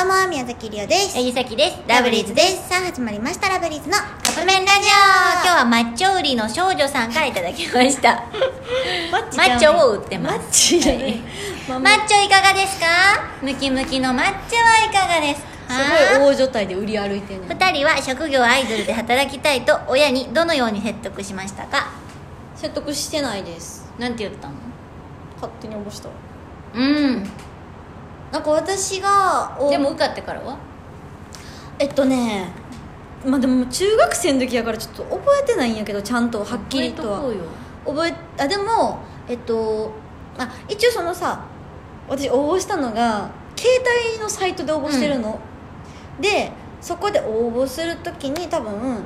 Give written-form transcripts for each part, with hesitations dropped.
どうも宮崎りおです。 八木崎です。 ラブリーズです。さあ始まりましたラブリーズのカップ麺ラジオ。今日はマッチョ売りの少女さんからいただきましたマッチョを売ってます。 マッチじゃない、 マッチョいかがですか？ムキムキのマッチョはいかがですか？ すごい大所帯で売り歩いてるね。 2人は職業アイドルで働きたいと親にどのように説得しましたか？ 説得してないです。 なんて言ったの？ 勝手に応募した。なんか私がでも受かってからはまあでも中学生の時やからちょっと覚えてないんやけど、ちゃんとはっきりとはでも一応そのさ、私応募したのが携帯のサイトで応募してるの、でそこで応募する時に多分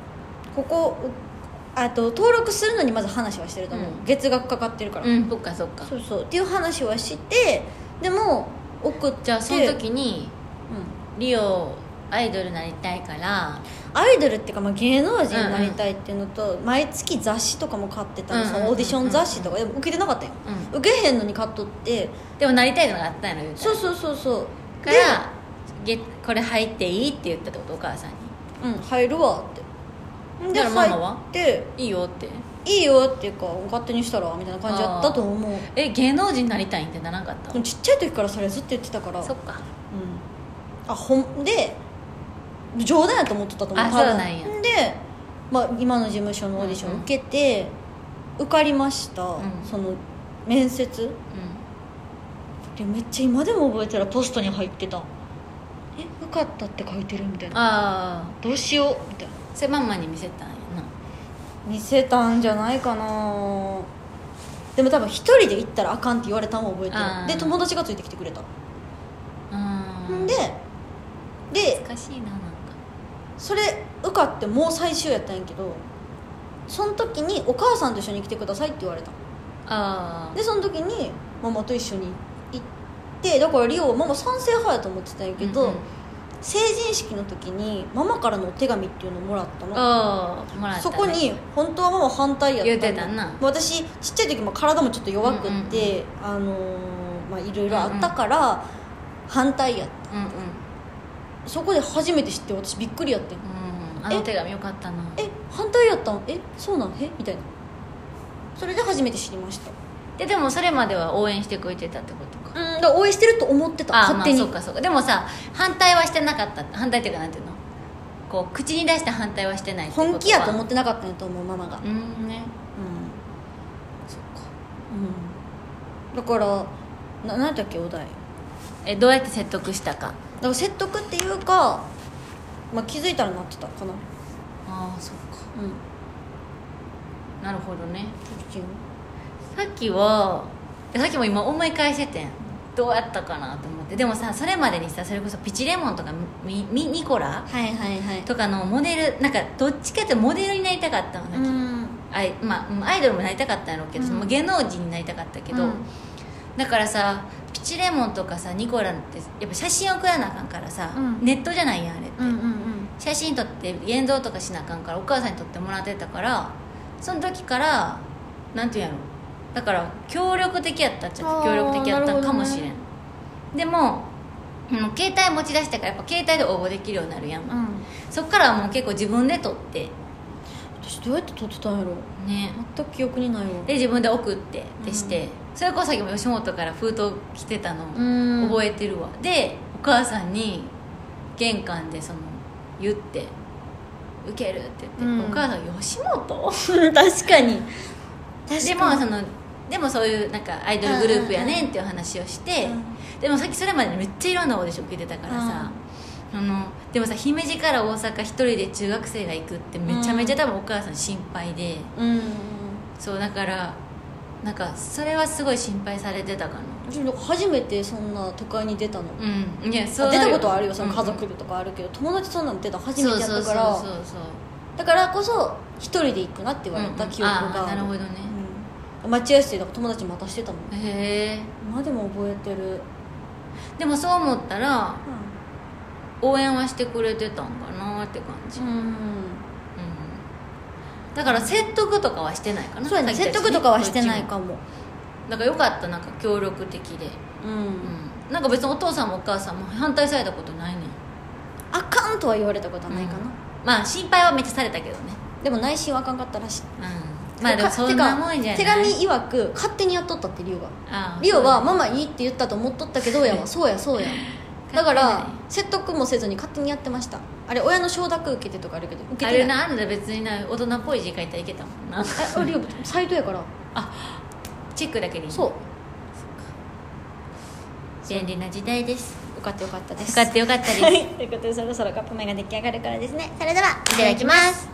登録するのにまず話はしてると思う、月額かかってるから、 そっかそっか、 そうっていう話はして、でも送って、 じゃあその時に、リオアイドルになりたいからアイドルっていうか、芸能人になりたいっていうのと、毎月雑誌とかも買ってたの、そのオーディション雑誌とかでも受けてなかったよ、受けへんのに買っとって、 でもなりたいのがあったんやろ。言うたらそうからこれ入っていいって言ったってこと？お母さんに入るわって。でママは入っていいよっていいよっていうか、勝手にしたらみたいな感じだったと思う。 芸能人になりたいんってならなかった？ でもちっちゃい時からそれずっと言ってたから。 そっか。 で冗談やと思ってたと思う。 そうなんや。 で、今の事務所のオーディション受けて、受かりました、その面接、でめっちゃ今でも覚えてる。ポストに入ってた。受かったって書いてるみたいな。どうしようみたいな。 それママに見せたんやな。 見せたんじゃないかな。でも多分一人で行ったらあかんって言われたのも覚えてる。で友達がついてきてくれた。で難しいな。なんかそれ受かってもう最終やったんやけど、その時にお母さんと一緒に来てくださいって言われた。でその時にママと一緒に行って、だからリオはママ賛成派やと思ってたんやけど、成人式の時にママからのお手紙っていうのをもらったの。 もらったね。 そこに本当はママ反対やったの。 言ってたな。 私ちっちゃい時も体もちょっと弱くって、いろいろあったから反対やった、そこで初めて知って、私びっくりやってん。 あの手紙よかったな。 反対やったん？そうなん？みたいな。それで初めて知りました。 でもそれまでは応援してくれてたってことか。 だから応援してると思ってた、勝手に。 そうかそうか。でもさ、反対はしてなかった。反対っていうかなんていうの、こう口に出して反対はしてないってことは本気やと思ってなかったんやと思う、ママが。そっか。だから何だっけお題。 どうやって説得したか。 だから説得っていうか、気づいたらなってたかな。 そっか。なるほどね。 さっきも今思い返しててん、どうやったかなと思って。でもさ、それまでにさ、それこそピチレモンとかニコラとかのモデル、なんかどっちかっていうとモデルになりたかったのね。アイドルもなりたかったんやろうけど、芸能人になりたかったけど、だからさ、ピチレモンとかさニコラってやっぱ写真送らなあかんからさ、ネットじゃないやんあれって、写真撮って現像とかしなあかんから、お母さんに撮ってもらってたから、その時からなんていうんやろ、だから協力的やったっちゃ協力的やったんかもしれん、でも携帯持ち出してからやっぱ携帯で応募できるようになるやん、そっからはもう結構自分で撮って。 私どうやって撮ってたんやろね。全く記憶にないわ。 で自分で送ってでして、それこそさっきも吉本から封筒来てたの覚えてるわ。でお母さんに玄関で言って「受ける」って言って、お母さん吉本確かに。 でもそういうなんかアイドルグループやねんっていう話をして、でもさっきそれまでめっちゃいろんなオーディション受けてたからさ、でもさ、姫路から大阪一人で中学生が行くってめちゃめちゃ多分お母さん心配で、そうだからなんかそれはすごい心配されてたかな。 初めてそんな都会に出たの。 いや、 そう出たことはあるよ、その家族でとかあるけど、友達そんなの出たの初めてやったから、だからこそ一人で行くなって言われた記憶が。 なるほどね。 待合室で友達待たしてたもん。 へえ。 今でも覚えてる。 でもそう思ったら、応援はしてくれてたんかなって感じ。だから説得とかはしてないかな。 そうやね、説得とかはしてないかも。 だからよかった、なんか協力的で。 なんか別にお父さんもお母さんも反対されたことないねん。 あかんとは言われたことはないかな、 まあ心配はめっちゃされたけどね。 でも内心はあかんかったらしい。 まあでもそんなもんじゃない。 手紙曰く勝手にやっとったってリオが。リオはママいいって言ったと思っとったけどやわそうやだから説得もせずに勝手にやってました。あれ親の承諾受けてとかあるけど受けてない。 あれな、あんな別にな大人っぽい字書いたらいけたもんな。 リオサイトやからチェックだけに。 そう便利な時代です。 受かってよかったです。 受かってよかったです、 はい、ということでそろそろカップ麺が出来上がるからですね。それではいただきます。